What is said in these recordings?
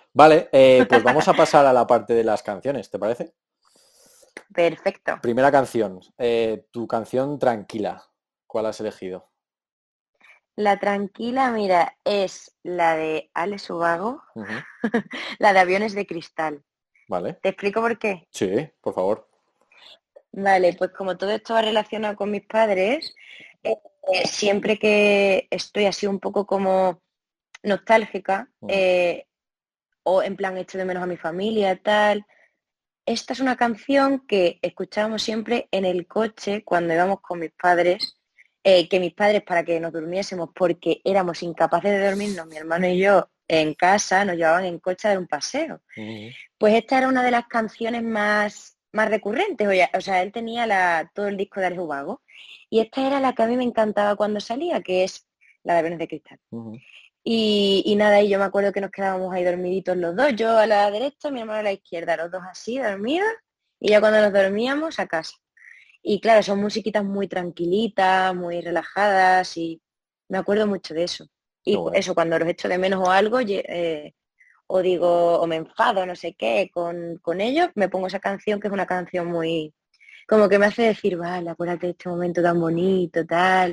Vale, pues vamos a pasar a la parte de las canciones, ¿te parece? Perfecto. Primera canción, tu canción tranquila. ¿Cuál has elegido? La tranquila, mira, es la de Alex Ubago, Ujú. la de Aviones de Cristal. Vale, ¿Te explico por qué? sí, por favor. Vale, pues como todo esto va relacionado con mis padres, eh, siempre que estoy así un poco como nostálgica, Ujú. o en plan echo de menos a mi familia, tal. Esta es una canción que escuchábamos siempre en el coche cuando íbamos con mis padres, que mis padres para que nos durmiésemos porque éramos incapaces de dormirnos, mi hermano y yo, en casa, nos llevaban en coche a dar un paseo. Ujú. Pues esta era una de las canciones más recurrentes, o sea, él tenía todo el disco de Alex Ubago y esta era la que a mí me encantaba cuando salía, que es la de Venus de Cristal. Ujú. Y nada, y yo me acuerdo que nos quedábamos ahí dormiditos los dos, yo a la derecha, mi hermano a la izquierda, los dos así, dormidos, y ya cuando nos dormíamos a casa. Y claro, son musiquitas muy tranquilitas, muy relajadas, y me acuerdo mucho de eso. Qué Y guay. eso, cuando los echo de menos o algo, o digo, o me enfado, no sé qué, con ellos, me pongo esa canción, que es una canción muy, como que me hace decir, vale, acuérdate de este momento tan bonito, tal.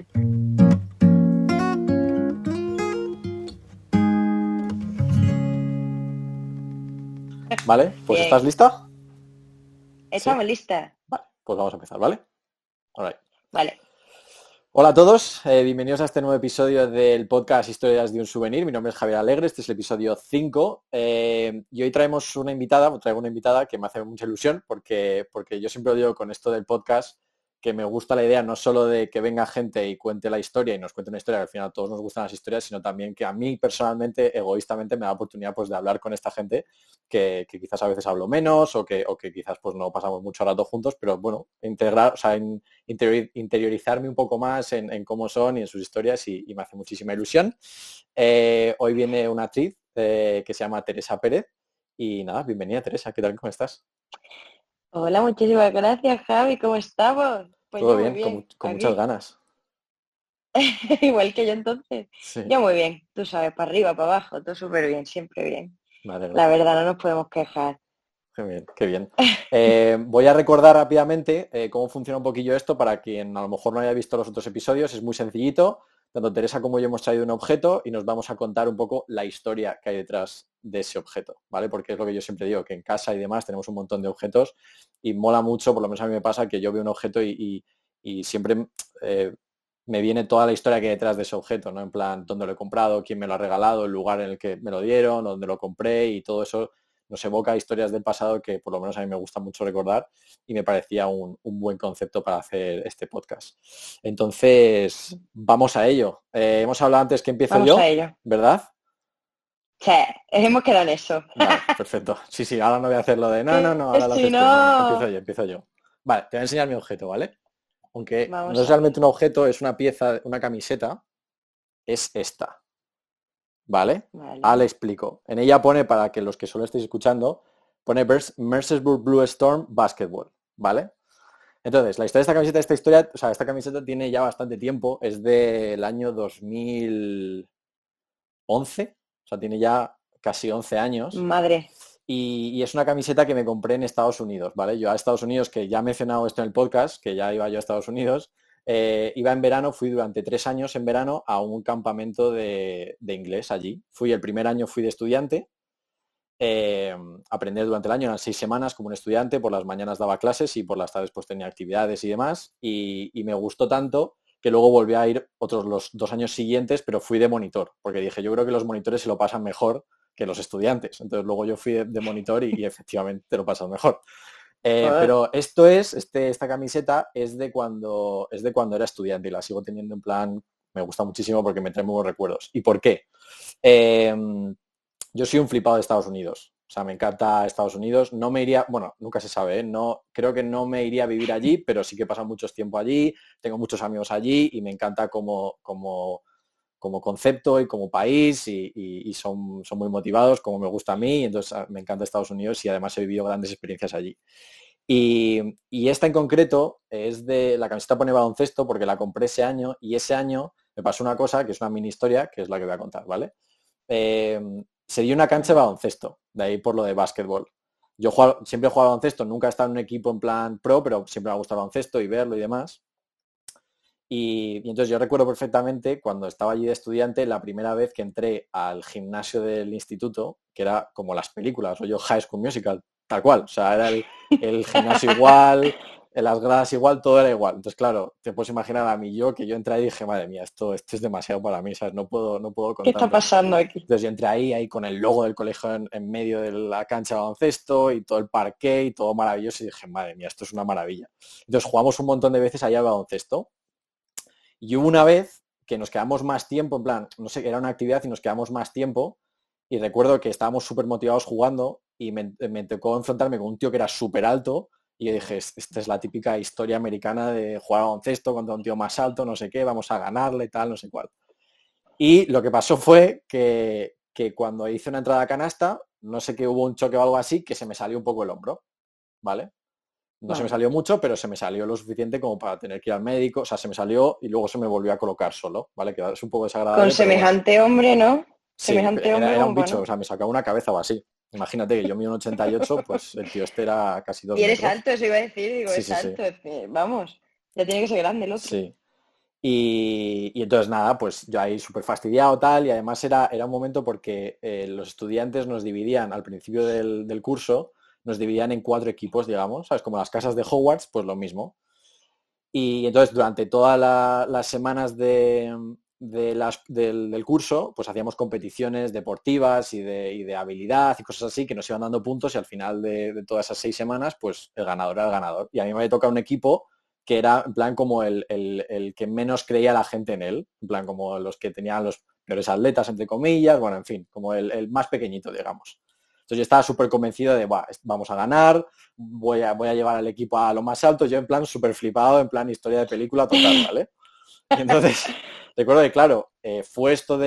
Vale, pues ¿estás Bien, lista? Sí. estamos listas. Vale, pues vamos a empezar, ¿vale? Alright. Vale. Hola a todos, bienvenidos a este nuevo episodio del podcast Historias de un Souvenir. Mi nombre es Javier Alegre, este es el episodio 5 y hoy traemos una invitada, traigo una invitada que me hace mucha ilusión porque yo siempre lo digo con esto del podcast que me gusta la idea no solo de que venga gente y cuente la historia y nos cuente una historia, que al final a todos nos gustan las historias, sino también que a mí personalmente, egoístamente, me da la oportunidad pues de hablar con esta gente que quizás a veces hablo menos o que quizás pues no pasamos mucho rato juntos, pero bueno, integrar, o sea, interiorizarme un poco más en cómo son y en sus historias y me hace muchísima ilusión. Hoy viene una actriz que se llama Teresa Pérez y nada, bienvenida Teresa, ¿qué tal? ¿Cómo estás? Hola, muchísimas gracias, Javi. ¿Cómo estamos? Pues Todo yo muy bien, con, bien, con muchas aquí. ganas. Igual que yo entonces. Sí, Yo muy bien, tú sabes, para arriba, para abajo, todo súper bien, siempre bien. me alegro. La verdad, no nos podemos quejar. Qué bien, qué bien. Voy a recordar rápidamente cómo funciona un poquillo esto para quien a lo mejor no haya visto los otros episodios. Es muy sencillito. Tanto Teresa como yo hemos traído un objeto y nos vamos a contar un poco la historia que hay detrás de ese objeto, ¿vale? Porque es lo que yo siempre digo, que en casa y demás tenemos un montón de objetos y mola mucho, por lo menos a mí me pasa, que yo veo un objeto y siempre eh, me viene toda la historia que hay detrás de ese objeto, ¿no? En plan, dónde lo he comprado, quién me lo ha regalado, el lugar en el que me lo dieron, dónde lo compré y todo eso nos evoca historias del pasado que por lo menos a mí me gusta mucho recordar y me parecía un buen concepto para hacer este podcast. Entonces, vamos a ello. Hemos hablado antes que empiezo Vamos a yo, ello. ¿verdad? Sí, hemos quedado en eso. Vale, perfecto. Sí, sí, ahora no voy a hacerlo de no, no, Que no, ahora lo si haces tú. No, no, empiezo no, yo, empiezo yo. Vale, te voy a enseñar mi objeto, ¿vale? Aunque no es vamos a ver. realmente un objeto, es una pieza, una camiseta, es esta. ¿Vale? Ahora le Vale. explico. En ella pone, para que los que solo estéis escuchando, pone Mercersburg Blue Storm Basketball, ¿vale? Entonces, la historia de esta camiseta, esta historia, o sea, esta camiseta tiene ya bastante tiempo, es del año 2011, o sea, tiene ya casi 11 años, Madre. y es una camiseta que me compré en Estados Unidos, ¿vale? Yo a Estados Unidos, que ya he mencionado esto en el podcast, que ya iba yo a Estados Unidos, iba en verano, fui durante 3 años en verano a un campamento de inglés allí. Fui el primer año, fui de estudiante, eh, aprender durante el año, eran 6 semanas como un estudiante, por las mañanas daba clases y por las tardes pues tenía actividades y demás, y me gustó tanto que luego volví a ir otros los 2 años siguientes, pero fui de monitor, porque dije, yo creo que los monitores se lo pasan mejor que los estudiantes. Entonces luego yo fui de monitor y efectivamente te lo pasas mejor. Joder. Pero esto es, esta camiseta es de cuando era estudiante y la sigo teniendo en plan, me gusta muchísimo porque me trae muy buenos recuerdos. ¿Y por qué? Eh, yo soy un flipado de Estados Unidos. O sea, me encanta Estados Unidos. No me iría, bueno, nunca se sabe, ¿eh? No, creo que no me iría a vivir allí, pero sí que he pasado mucho tiempo allí, tengo muchos amigos allí y me encanta como concepto y como país y son muy motivados, como me gusta a mí, y entonces me encanta Estados Unidos y además he vivido grandes experiencias allí. Y esta en concreto es de, la camiseta pone baloncesto porque la compré ese año y ese año me pasó una cosa que es una mini historia que es la que voy a contar, ¿vale? Eh, sería una cancha de baloncesto, de ahí por lo de básquetbol. Siempre he jugado baloncesto, nunca he estado en un equipo en plan pro, pero siempre me ha gustado el baloncesto y verlo y demás. Y entonces yo recuerdo perfectamente cuando estaba allí de estudiante, la primera vez que entré al gimnasio del instituto, que era como las películas, o yo High School Musical, tal cual. O sea, era el gimnasio igual, en las gradas igual, todo era igual. Entonces, claro, te puedes imaginar a mí yo que yo entré y dije, madre mía, esto es demasiado para mí, ¿sabes? No puedo ¿Qué con está tanto. pasando aquí? Entonces yo entré ahí con el logo del colegio en medio de la cancha de baloncesto y todo el parqué y todo maravilloso y dije, madre mía, esto es una maravilla. Entonces jugamos un montón de veces allá al baloncesto y hubo una vez que nos quedamos más tiempo, en plan, no sé, era una actividad y nos quedamos más tiempo y recuerdo que estábamos súper motivados jugando y me tocó enfrentarme con un tío que era súper alto y yo dije, esta es la típica historia americana de jugar a baloncesto contra un tío más alto, no sé qué, vamos a ganarle, tal, no sé cuál. Y lo que pasó fue que cuando hice una entrada a canasta, no sé qué hubo un choque o algo así, que se me salió un poco el hombro, ¿vale? No se me Vale. salió mucho, pero se me salió lo suficiente como para tener que ir al médico. O sea, se me salió y luego se me volvió a colocar solo, ¿vale? Que es un poco Con desagradable, pero bueno. semejante hombre, ¿no? Sí, Semejante hombre era un como para bicho, o no. sea, me sacaba una cabeza o así. Imagínate que yo mido un 88, pues el tío este era casi dos Y eres metros. alto, eso iba a decir, digo, Sí, es sí, sí, alto, es que, vamos, ya tiene que ser grande el otro. sí. Y entonces nada, pues yo ahí súper fastidiado tal, y además era un momento porque los estudiantes nos dividían al principio del curso, nos dividían en 4 equipos, digamos, ¿sabes? Como las casas de Hogwarts, pues lo mismo. Y entonces durante todas las semanas del curso, pues hacíamos competiciones deportivas y de habilidad y cosas así que nos iban dando puntos y al final de todas esas 6 semanas, pues el ganador era el ganador. Y a mí me toca un equipo que era en plan como el que menos creía la gente en él, en plan como los que tenían los peores atletas, entre comillas, bueno, en fin, como el más pequeñito, digamos. Entonces yo estaba súper convencido de, vamos a ganar, voy a llevar al equipo a lo más alto, yo en plan súper flipado, en plan historia de película total, ¿vale? Y entonces, recuerdo que, claro, fue esto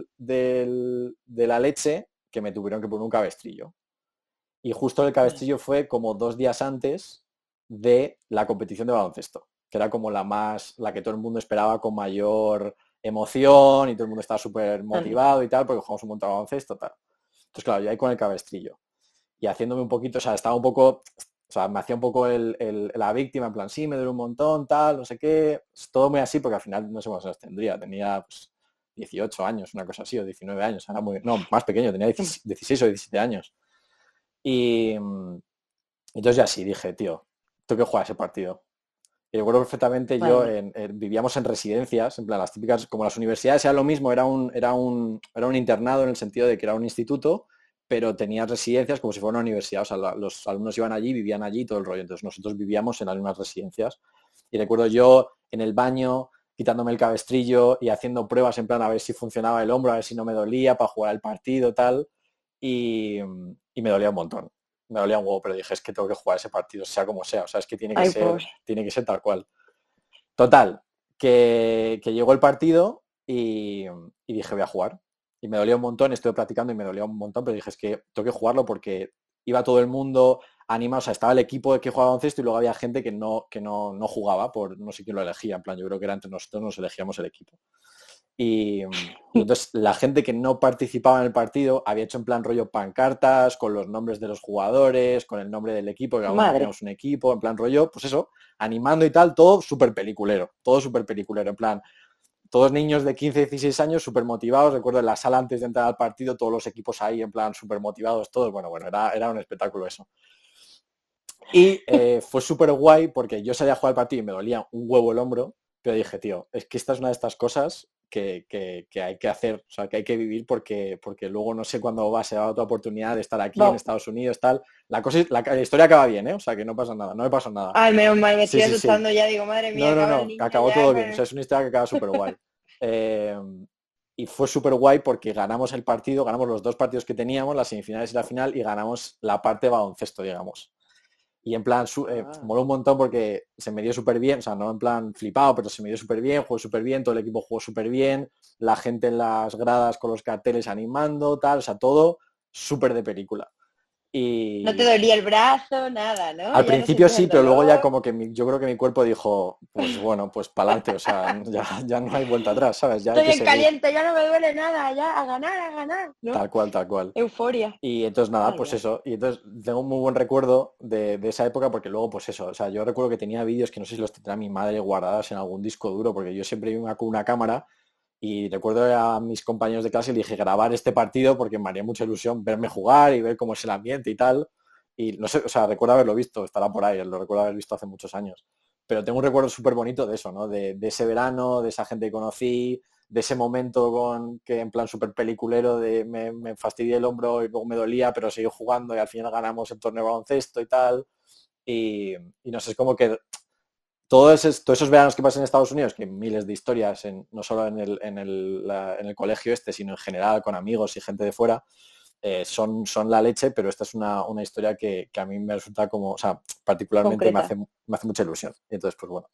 de la leche que me tuvieron que poner un cabestrillo. Y justo el cabestrillo fue como 2 días antes de la competición de baloncesto, que era como la que todo el mundo esperaba con mayor emoción y todo el mundo estaba súper Anda. motivado y tal, porque jugamos un montón de baloncesto, tal. Entonces, claro, yo ahí con el cabestrillo y haciéndome un poquito, o sea, estaba un poco, o sea, me hacía un poco la víctima, en plan, sí, me duele un montón, tal, no sé qué, es todo muy así, porque al final no sé cuántos años tendría, tenía pues, 18 años, una cosa así, o 19 años, era muy, no, más pequeño, tenía 16 o 17 años. Y entonces ya sí, dije, tío, tengo que jugar ese partido. Y recuerdo perfectamente, Vale. vivíamos en residencias, en plan, las típicas, como las universidades era lo mismo, era un internado en el sentido de que era un instituto, pero tenía residencias como si fuera una universidad. O sea, los alumnos iban allí, vivían allí, todo el rollo. Entonces nosotros vivíamos en las mismas residencias. Y recuerdo yo en el baño, quitándome el cabestrillo y haciendo pruebas en plan a ver si funcionaba el hombro, a ver si no me dolía para jugar el partido, tal. Y me dolía un montón. Me dolía un huevo, pero dije, es que tengo que jugar ese partido, sea como sea. O sea, es que tiene que Ay, ser, pues. tiene que ser tal cual. Total, que llegó el partido y dije, voy a jugar. Y me dolía un montón, estuve practicando y me dolía un montón, pero dije, es que tengo que jugarlo porque iba todo el mundo animado, o sea, estaba el equipo que jugaba baloncesto y luego había gente que no jugaba, por no sé quién lo elegía, en plan, yo creo que era entre nosotros nos elegíamos el equipo. Y entonces la gente que no participaba en el partido había hecho en plan rollo pancartas con los nombres de los jugadores, con el nombre del equipo, que algunos Madre. teníamos un equipo, en plan rollo, pues eso, animando y tal, todo súper peliculero, en plan, todos niños de 15, 16 años súper motivados, recuerdo en la sala antes de entrar al partido, todos los equipos ahí en plan súper motivados, todos, bueno, era un espectáculo eso. Y fue súper guay porque yo salía a jugar el partido y me dolía un huevo el hombro, pero dije, tío, es que esta es una de estas cosas que hay que hacer, o sea, que hay que vivir porque luego no sé cuándo va a ser otra oportunidad de estar aquí en Vamos. Estados Unidos, tal. La historia acaba bien, ¿eh? O sea, que no pasa nada, no me pasó nada. Ay, menos mal, me Sí, estoy sí, sí. asustando ya, digo, madre mía, No, no, acaba el no, niño acabó ya todo con bien, o sea, el... es una historia que acaba súper guay. Eh, y fue súper guay porque ganamos el partido, ganamos los 2 partidos que teníamos, las semifinales y la final, y ganamos la parte de baloncesto, digamos. Y en plan, Ah. moló un montón porque se me dio súper bien, o sea, no en plan flipado, pero se me dio súper bien, jugué súper bien, todo el equipo jugó súper bien, la gente en las gradas con los carteles animando, tal, o sea, todo súper de película. No te Y dolía el brazo, nada, ¿no? al Ya no principio sentías sí, el pero luego ya dolor. como que yo creo que mi cuerpo dijo, pues bueno, pues para adelante, o sea, ya no hay vuelta atrás, ¿sabes? Ya hay Estoy que en seguir, caliente, ya no me duele nada, ya, a ganar, ¿no? tal cual, tal cual. Euforia. Y entonces nada, Ay, pues ay. eso. Y entonces tengo un muy buen recuerdo de esa época porque luego pues eso, o sea, yo recuerdo que tenía vídeos que no sé si los tendrá mi madre guardadas en algún disco duro porque yo siempre iba con una cámara y recuerdo a mis compañeros de clase y le dije grabar este partido porque me haría mucha ilusión verme jugar y ver cómo es el ambiente y tal. Y no sé, o sea, recuerdo haberlo visto, estará por ahí, lo recuerdo haber visto hace muchos años. Pero tengo un recuerdo súper bonito de eso, ¿no? De ese verano, de esa gente que conocí, de ese momento con que en plan súper peliculero de me fastidié el hombro y luego me dolía, pero seguí jugando y al final ganamos el torneo de baloncesto y tal. Y no sé, es como que todos esos veranos que pasan en Estados Unidos, que miles de historias, no solo en el colegio este, sino en general con amigos y gente de fuera, son la leche, pero esta es una historia que a mí me resulta como, o sea, particularmente Concreta. me hace mucha ilusión. Y entonces, pues bueno,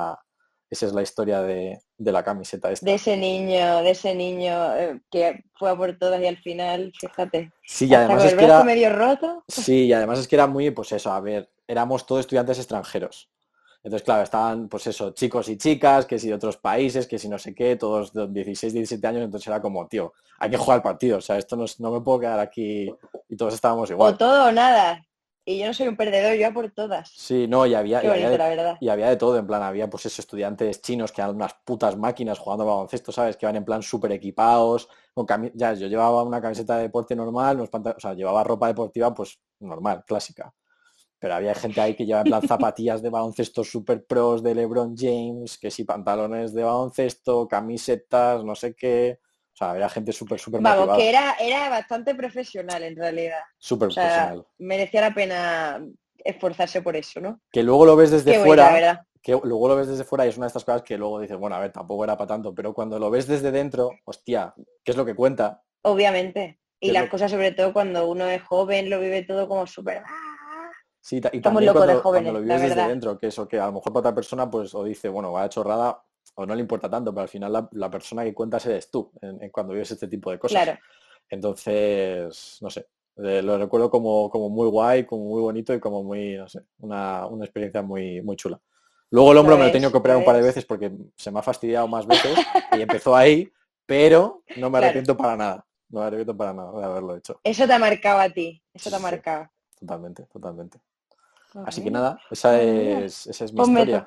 esa es la historia de la camiseta esta. De ese niño que fue a por todas y al final, fíjate, Sí, y hasta además con es el que brazo era, medio roto. sí, y además es que era muy, pues eso, a ver, éramos todos estudiantes extranjeros. Entonces, claro, estaban, pues eso, chicos y chicas, que si de otros países, que si no sé qué, todos de 16, 17 años, entonces era como, tío, hay que jugar el partido, o sea, esto no me puedo quedar aquí y todos estábamos O igual. todo o nada. Y yo no soy un perdedor, yo a por todas. Sí, no, Qué bonito, la verdad. y había de todo, en plan, había pues esos estudiantes chinos que eran unas putas máquinas jugando al baloncesto, ¿sabes? Que van en plan súper equipados, ya, yo llevaba una camiseta de deporte normal, o sea, llevaba ropa deportiva pues normal, clásica. Pero había gente ahí que llevaba en plan zapatillas de baloncesto super pros de LeBron James, que sí, pantalones de baloncesto, camisetas, no sé qué. O sea, había gente súper Vamos, que motivada, era bastante profesional en realidad. súper O sea, profesional. merecía la pena esforzarse por eso, ¿no? Que luego lo ves desde Qué bonito, la fuera, verdad. que luego lo ves desde fuera y es una de estas cosas que luego dices, bueno, a ver, tampoco era para tanto, pero cuando lo ves desde dentro, hostia, ¿qué es lo que cuenta? Obviamente. ¿Qué Y es las lo cosas, sobre todo cuando uno es joven, lo vive todo como súper... Sí, y Somos también locos de cuando lo jóvenes, la vives desde verdad. dentro, que eso que a lo mejor para otra persona, pues, o dice, bueno, vaya chorrada, o no le importa tanto, pero al final la persona que cuentas eres tú en cuando vives este tipo de cosas. Claro. Entonces, no sé, lo recuerdo como muy guay, como muy bonito y como muy, no sé, una experiencia muy chula. Luego el hombro me lo he tenido que Lo operar un par de es. veces porque se me ha fastidiado más veces y empezó ahí, pero no me Claro. arrepiento para nada. No me arrepiento para nada de haberlo hecho. Eso te ha marcado a ti. Eso Sí, te ha sí, sí, marcado. totalmente, totalmente. Así que Ay, nada, madre mía. esa es mi Pues historia.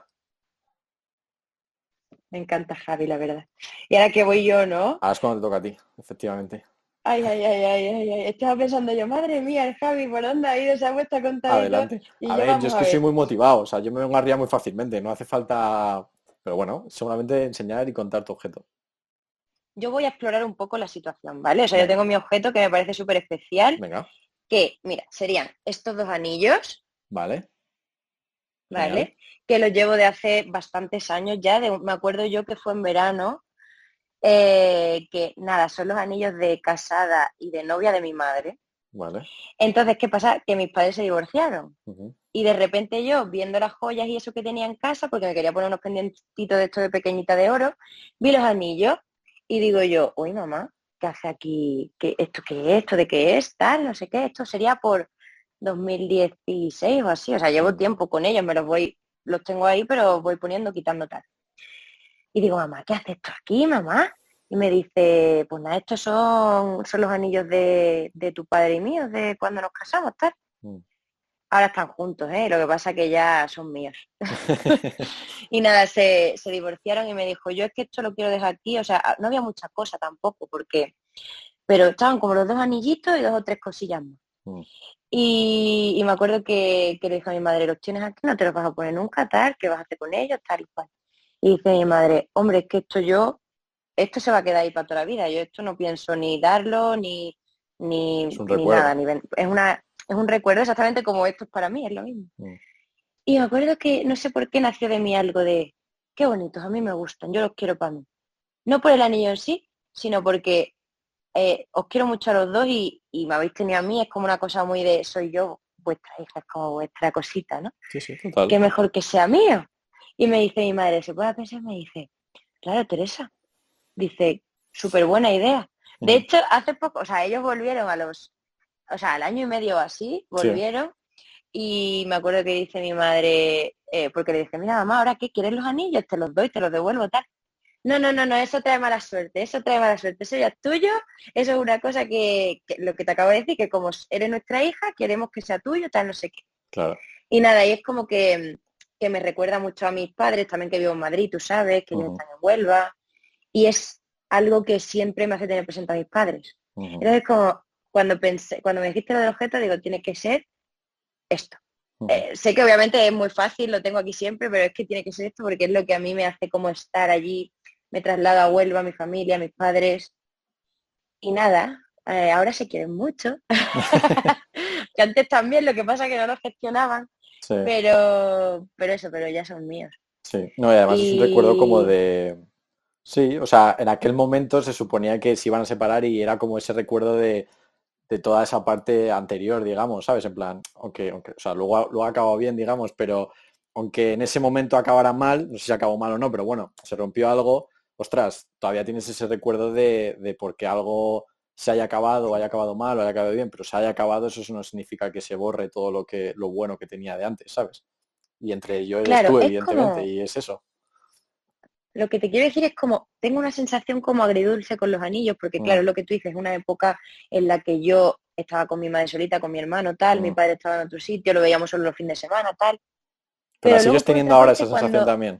me encanta Javi, la verdad. Y ahora que voy yo, ¿no? Ahora es cuando te toca a ti, efectivamente. Ay, ay, ay, ay, ay, ay. Estaba pensando yo, madre mía, el Javi, ¿por dónde ha ido? Se ha puesto a contar y todo. Adelante. Y A yo ver, yo vamos es a que soy ver. muy motivado, o sea, yo me vengo arriba muy fácilmente, no hace falta, pero bueno, seguramente enseñar y contar tu objeto. Yo voy a explorar un poco la situación, ¿vale? O sea, yo Venga, tengo mi objeto que me parece súper especial, venga, que, mira, serían estos dos anillos, vale, genial. ¿vale? Que los llevo de hace bastantes años ya. Me acuerdo yo que fue en verano, que nada, son los anillos de casada y de novia de mi madre. Vale. Entonces, ¿qué pasa? Que mis padres se divorciaron. Ujú. Y de repente yo, viendo las joyas y eso que tenía en casa, porque me quería poner unos pendientitos de esto de pequeñita de oro, vi los anillos y digo yo, uy mamá, ¿qué hace aquí? ¿Esto qué es? ¿Esto de qué es? Tal, no sé qué. Esto sería por 2016 o así. O sea, llevo Mm. tiempo con ellos, los tengo ahí, pero voy poniendo, quitando tal. Y digo, mamá, ¿qué hace esto aquí, mamá? Y me dice, pues nada, estos son los anillos de tu padre y míos, de cuando nos casamos, tal. Mm. Ahora están juntos, ¿eh? Lo que pasa que ya son míos. Y nada, se divorciaron y me dijo, yo es que esto lo quiero dejar aquí. O sea, no había mucha cosa tampoco, pero estaban como los dos anillitos y dos o tres cosillas más. Mm. Y me acuerdo que le dije a mi madre, los tienes aquí, no te los vas a poner nunca, tal, ¿qué vas a hacer con ellos? Tal y cual. Y dice mi madre, hombre, es que esto se va a quedar ahí para toda la vida. Yo esto no pienso ni darlo, Es un ni nada, recuerdo. es un recuerdo exactamente como esto es para mí, es lo mismo. Mm. Y me acuerdo que no sé por qué nació de mí algo de, qué bonitos, a mí me gustan, yo los quiero para mí. No por el anillo en sí, sino porque os quiero mucho a los dos y me habéis tenido a mí, es como una cosa muy de, soy yo, vuestra hija, es como vuestra cosita, ¿no? Sí, sí, total. Qué mejor que sea mío. Y me dice mi madre, se puede pensar, me dice, claro, Teresa, dice, súper buena idea. De Mm. hecho, hace poco, o sea, ellos volvieron o sea, al año y medio o así, Sí, volvieron y me acuerdo que dice mi madre, porque le dije, mira mamá, ¿ahora qué? ¿Quieres los anillos? Te los doy, te los devuelvo, tal. No, no, no, no, eso trae mala suerte, eso trae mala suerte, eso ya es tuyo, eso es una cosa que lo que te acabo de decir, que como eres nuestra hija, queremos que sea tuyo, tal, no sé qué. claro. Y nada, y es como que me recuerda mucho a mis padres, también que vivo en Madrid, tú sabes, que ellos Ujú, están en Huelva, y es algo que siempre me hace tener presente a mis padres. ujú, Entonces, como cuando me dijiste lo del objeto, digo, tiene que ser esto. ujú. Sé que obviamente es muy fácil, lo tengo aquí siempre, pero es que tiene que ser esto porque es lo que a mí me hace como estar allí, me traslada a Huelva, a mi familia, a mis padres, y nada, ahora se quieren mucho, que antes también, lo que pasa es que no lo gestionaban, Sí, pero eso, pero ya son míos. sí. No, y además es un recuerdo como Y de... Sí, o sea, en aquel momento se suponía que se iban a separar y era como ese recuerdo de toda esa parte anterior, digamos, ¿sabes? En plan, aunque, o sea, luego ha acabado bien, digamos, pero aunque en ese momento acabara mal, no sé si acabó mal o no, pero bueno, se rompió algo, ostras, todavía tienes ese recuerdo de por qué algo se haya acabado, o haya acabado mal, o haya acabado bien, pero se haya acabado, eso no significa que se borre todo lo bueno que tenía de antes, ¿sabes? Y entre ello eres claro, tú, es evidentemente, como, y es eso. lo que te quiero decir es como, tengo una sensación como agridulce con los anillos, porque Mm, claro, lo que tú dices, es una época en la que yo estaba con mi madre solita, con mi hermano, tal, mi mm. padre estaba en otro sitio, lo veíamos solo los fines de semana, tal. Pero la Pero sigues luego, por teniendo otra ahora esa parte, sensación cuando... también.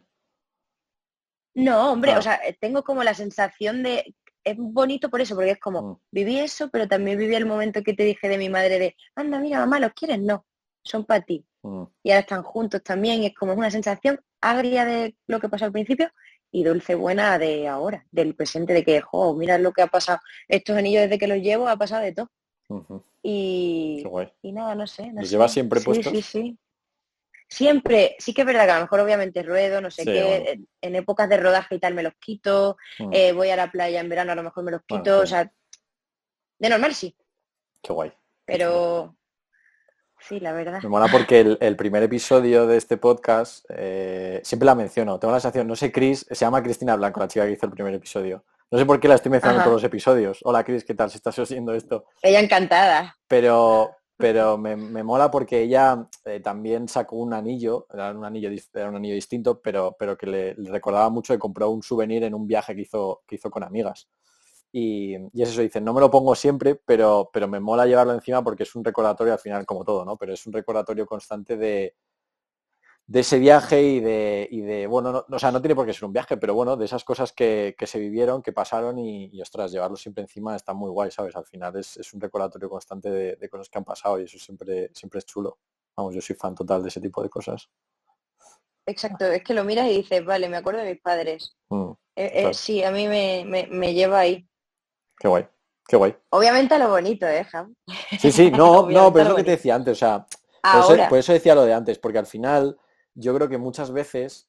No, hombre, o Ah, sea, tengo como la sensación de... Es bonito por eso, porque es como, mm, viví eso, pero también viví el momento que te dije de mi madre de, anda, mira, mamá, ¿los quieres? No, son para ti. mm. Y ahora están juntos también, y es como una sensación agria de lo que pasó al principio y dulce buena de ahora, del presente, de que, jo, mira lo que ha pasado. Estos anillos desde que los llevo ha pasado de todo. Ujú, qué Y, guay. y nada, no sé, no ¿Los llevas sé. siempre Sí, sí, puestos? sí. Siempre, sí que es verdad que a lo mejor obviamente ruedo, no sé Sí, qué, bueno. en épocas de rodaje y tal me los quito, Mm, voy a la playa en verano, a lo mejor me los bueno, quito, sí, o sea, de normal sí, qué guay, qué chulo. pero sí, la verdad. Me mola porque el primer episodio de este podcast siempre la menciono. Tengo la sensación, no sé, Chris, se llama Cristina Blanco, la chica que hizo el primer episodio. No sé por qué la estoy mencionando en todos Ajá, los episodios. Hola, Chris, ¿qué tal? Si estás oyendo esto. ella encantada. Pero me mola porque ella también sacó un anillo, era un anillo distinto, pero que le recordaba mucho que compró un souvenir en un viaje que hizo con amigas. Y es eso, dice, no me lo pongo siempre, pero me mola llevarlo encima porque es un recordatorio al final, como todo, ¿no? Pero es un recordatorio constante de ese viaje bueno, o sea, no tiene por qué ser un viaje, pero bueno, de esas cosas que se vivieron, que pasaron ostras, llevarlo siempre encima está muy guay, ¿sabes? Al final es un recordatorio constante de cosas que han pasado y eso siempre es chulo. Vamos, yo soy fan total de ese tipo de cosas. Exacto, es que lo miras y dices, vale, me acuerdo de mis padres. Mm, total. Sí, a mí me lleva ahí. Qué guay, qué guay. Obviamente a lo bonito, Jam? Sí, sí, no, no, Obviamente pero a es lo lo que te bonito. decía antes, o sea, por Ahora, eso decía lo de antes, porque al final yo creo que muchas veces,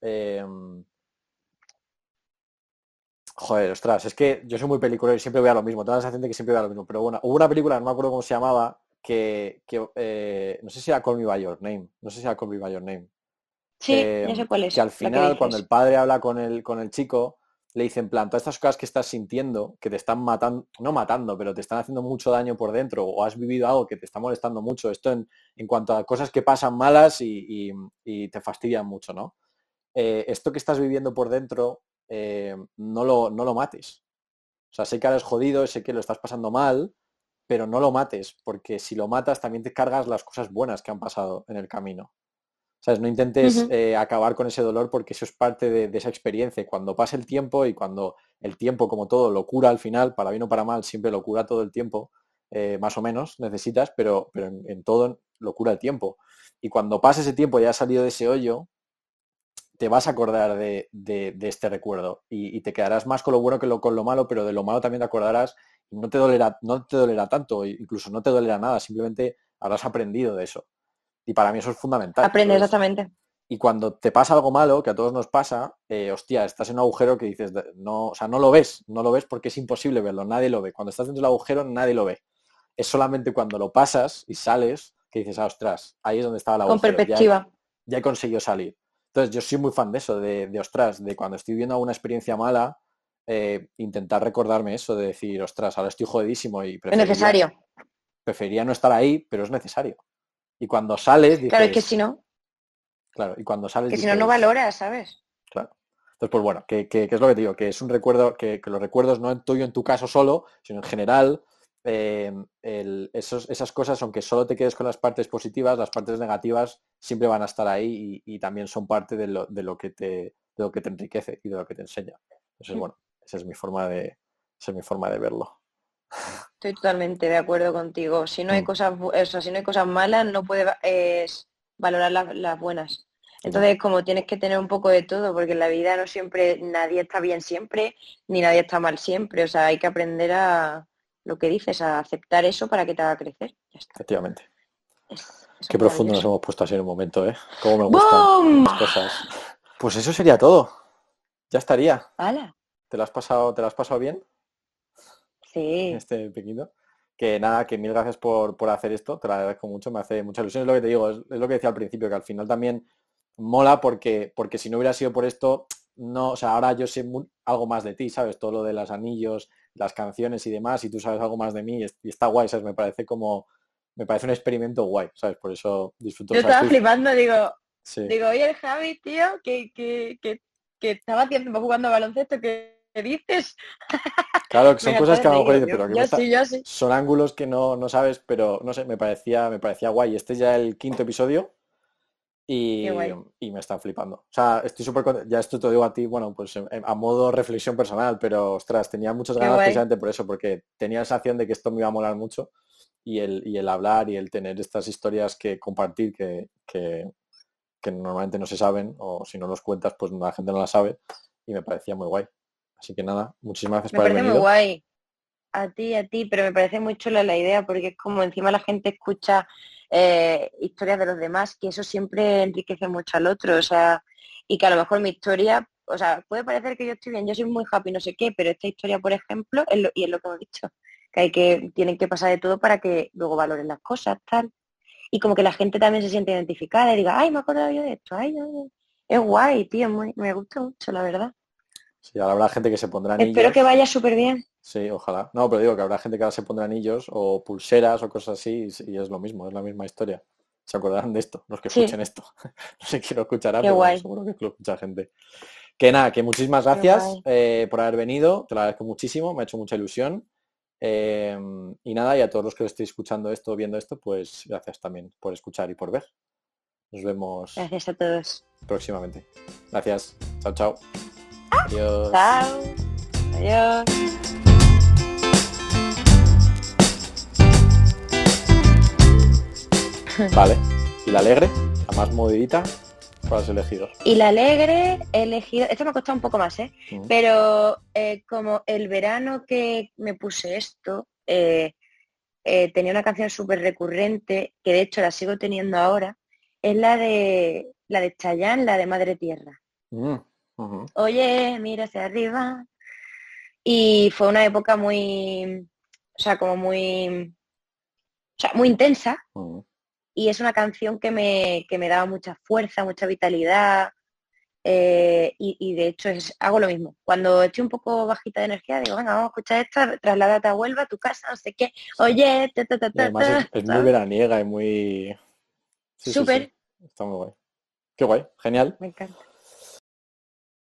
joder, ostras, es que yo soy muy peliculero y siempre voy a lo mismo, tengo la sensación de que siempre voy a lo mismo, pero bueno, hubo una película, no me acuerdo cómo se llamaba, no sé si era Call Me By Your Name, no sé si era Call Me By Your Name, sí, ya sé cuál que es al la que final, cuando el dices. padre habla con el chico, le dice en plan, todas estas cosas que estás sintiendo, que te están matando, no matando, pero te están haciendo mucho daño por dentro, o has vivido algo que te está molestando mucho, esto en cuanto a cosas que pasan malas y te fastidian mucho, ¿no? Esto que estás viviendo por dentro, no lo mates. O sea, sé que ahora es jodido, sé que lo estás pasando mal, pero no lo mates, porque si lo matas también te cargas las cosas buenas que han pasado en el camino. ¿Sabes? No intentes Ujú. acabar con ese dolor porque eso es parte de esa experiencia. Y cuando pase el tiempo y cuando el tiempo, como todo, lo cura al final, para bien o para mal, siempre lo cura todo el tiempo, más o menos necesitas, pero en todo lo cura el tiempo. Y cuando pase ese tiempo y ya has salido de ese hoyo, te vas a acordar de este recuerdo y te quedarás más con lo bueno que con lo malo, pero de lo malo también te acordarás y no te dolerá tanto, incluso no te dolerá nada, simplemente habrás aprendido de eso. Y para mí eso es fundamental. Aprende Entonces, exactamente. y cuando te pasa algo malo, que a todos nos pasa, hostia, estás en un agujero que dices, no, o sea, no lo ves porque es imposible verlo, nadie lo ve. Cuando estás dentro del agujero, nadie lo ve. Es solamente cuando lo pasas y sales que dices, ostras, ahí es donde estaba el Con agujero, perspectiva. ya he conseguido salir. Entonces, yo soy muy fan de eso, ostras, de cuando estoy viviendo una experiencia mala, intentar recordarme eso, de decir, ostras, ahora estoy jodidísimo y Es preferiría, necesario. preferiría no estar ahí, pero es necesario. Y cuando sales, Claro, es que dices, si no, claro, y cuando sales que si no, no dices, valoras, ¿sabes? claro. Entonces, pues bueno, que es lo que te digo, que es un recuerdo, que los recuerdos no en tuyo, en tu caso solo, sino en general, esas cosas, aunque solo te quedes con las partes positivas, las partes negativas siempre van a estar ahí y también son parte de lo que te enriquece y de lo que te enseña. Entonces, bueno, esa es mi forma de verlo. Estoy totalmente de acuerdo contigo. Si no hay Mm, cosas, eso, si no hay cosas malas, no puedes valorar las buenas. ya, Entonces, como tienes que tener un poco de todo, porque en la vida no siempre, nadie está bien siempre, ni nadie está mal siempre. O sea, hay que aprender a lo que dices, a aceptar eso para que te haga crecer. Ya está. efectivamente. Eso Qué es profundo nos maravilloso. hemos puesto así en un momento, ¿eh? Cómo me gustan ¡Boom! estas cosas. Pues eso sería todo. Ya estaría. ¡Hala! Te lo has pasado bien? Sí, Este pequeño. Que nada, que mil gracias por hacer esto, te lo agradezco mucho, me hace mucha ilusión, es lo que te digo, es lo que decía al principio, que al final también mola porque si no hubiera sido por esto, no, o sea, ahora yo sé algo más de ti, ¿sabes? Todo lo de los anillos, las canciones y demás, y tú sabes algo más de mí, y está guay, ¿sabes? Me parece un experimento guay, ¿sabes? Por eso disfruto, o yo sea, estaba estoy, flipando, sí, digo, oye, el Javi, tío, que estaba hace tiempo jugando a baloncesto, ¿qué dices? claro que Me son encantó cosas de que a lo reír, mejor digo, dices, pero que me yo está, sí, yo sí. son ángulos que no sabes, pero no sé, me parecía guay. Este es ya el quinto episodio. Qué y, guay, y me están flipando. O sea, estoy súper contento. Ya esto te lo digo a ti, bueno, pues a modo reflexión personal, pero ostras, tenía muchas qué ganas guay. precisamente por eso, porque tenía la sensación de que esto me iba a molar mucho y el hablar y el tener estas historias que compartir que normalmente no se saben o si no los cuentas, pues la gente no la sabe y me parecía muy guay. Así que nada, muchísimas gracias Me por haber parece muy venido. guay. A ti, pero me parece muy chula la idea porque es como encima la gente escucha historias de los demás, que eso siempre enriquece mucho al otro, o sea, y que a lo mejor mi historia, o sea, puede parecer que yo estoy bien, yo soy muy happy, no sé qué, pero esta historia, por ejemplo, y es lo que hemos dicho, que tienen que pasar de todo para que luego valoren las cosas, tal, y como que la gente también se siente identificada y diga, ay, me acuerdo yo de esto, ay, no, es guay, tío, me gusta mucho, la verdad. Sí, ahora habrá gente que se pondrá Espero que anillos. vaya súper bien. Sí, ojalá. No, pero digo que habrá gente que ahora se pondrá anillos o pulseras o cosas así y es lo mismo, es la misma historia. Se acordarán de esto, los que escuchen Sí, esto. No sé quién lo escuchará, qué pero vamos, guay, seguro que lo escucha gente. Que nada, que muchísimas qué gracias guay. por haber venido, te lo agradezco muchísimo, me ha hecho mucha ilusión. Eh, y nada, y a todos los que estéis escuchando esto, viendo esto, pues gracias también por escuchar y por ver. Nos vemos Gracias a todos. próximamente. Gracias. Chao, chao. Adiós. Chao. Adiós. Vale. ¿Y la alegre? La más movidita. ¿Cuál has elegido? Y la alegre he elegido, esto me ha costado un poco más, ¿eh? Mm. Pero como el verano que me puse esto, tenía una canción súper recurrente, que de hecho la sigo teniendo ahora, es la de Chayanne, la de Madre Tierra. Mm, ujú, Oye, mira hacia arriba. Y fue una época muy, o sea, como muy, o sea, muy intensa. ujú. Y es una canción que me daba mucha fuerza, mucha vitalidad. Y de hecho hago lo mismo. Cuando estoy un poco bajita de energía, digo, venga, vamos a escuchar esto, trasládate a Huelva, a tu casa, no sé qué. Sí. Oye, ta, ta, ta, Y ta, además ta, es muy ¿sabes? veraniega y muy... Sí, sí, sí. Súper, Está muy guay. Qué guay. Genial. me encanta.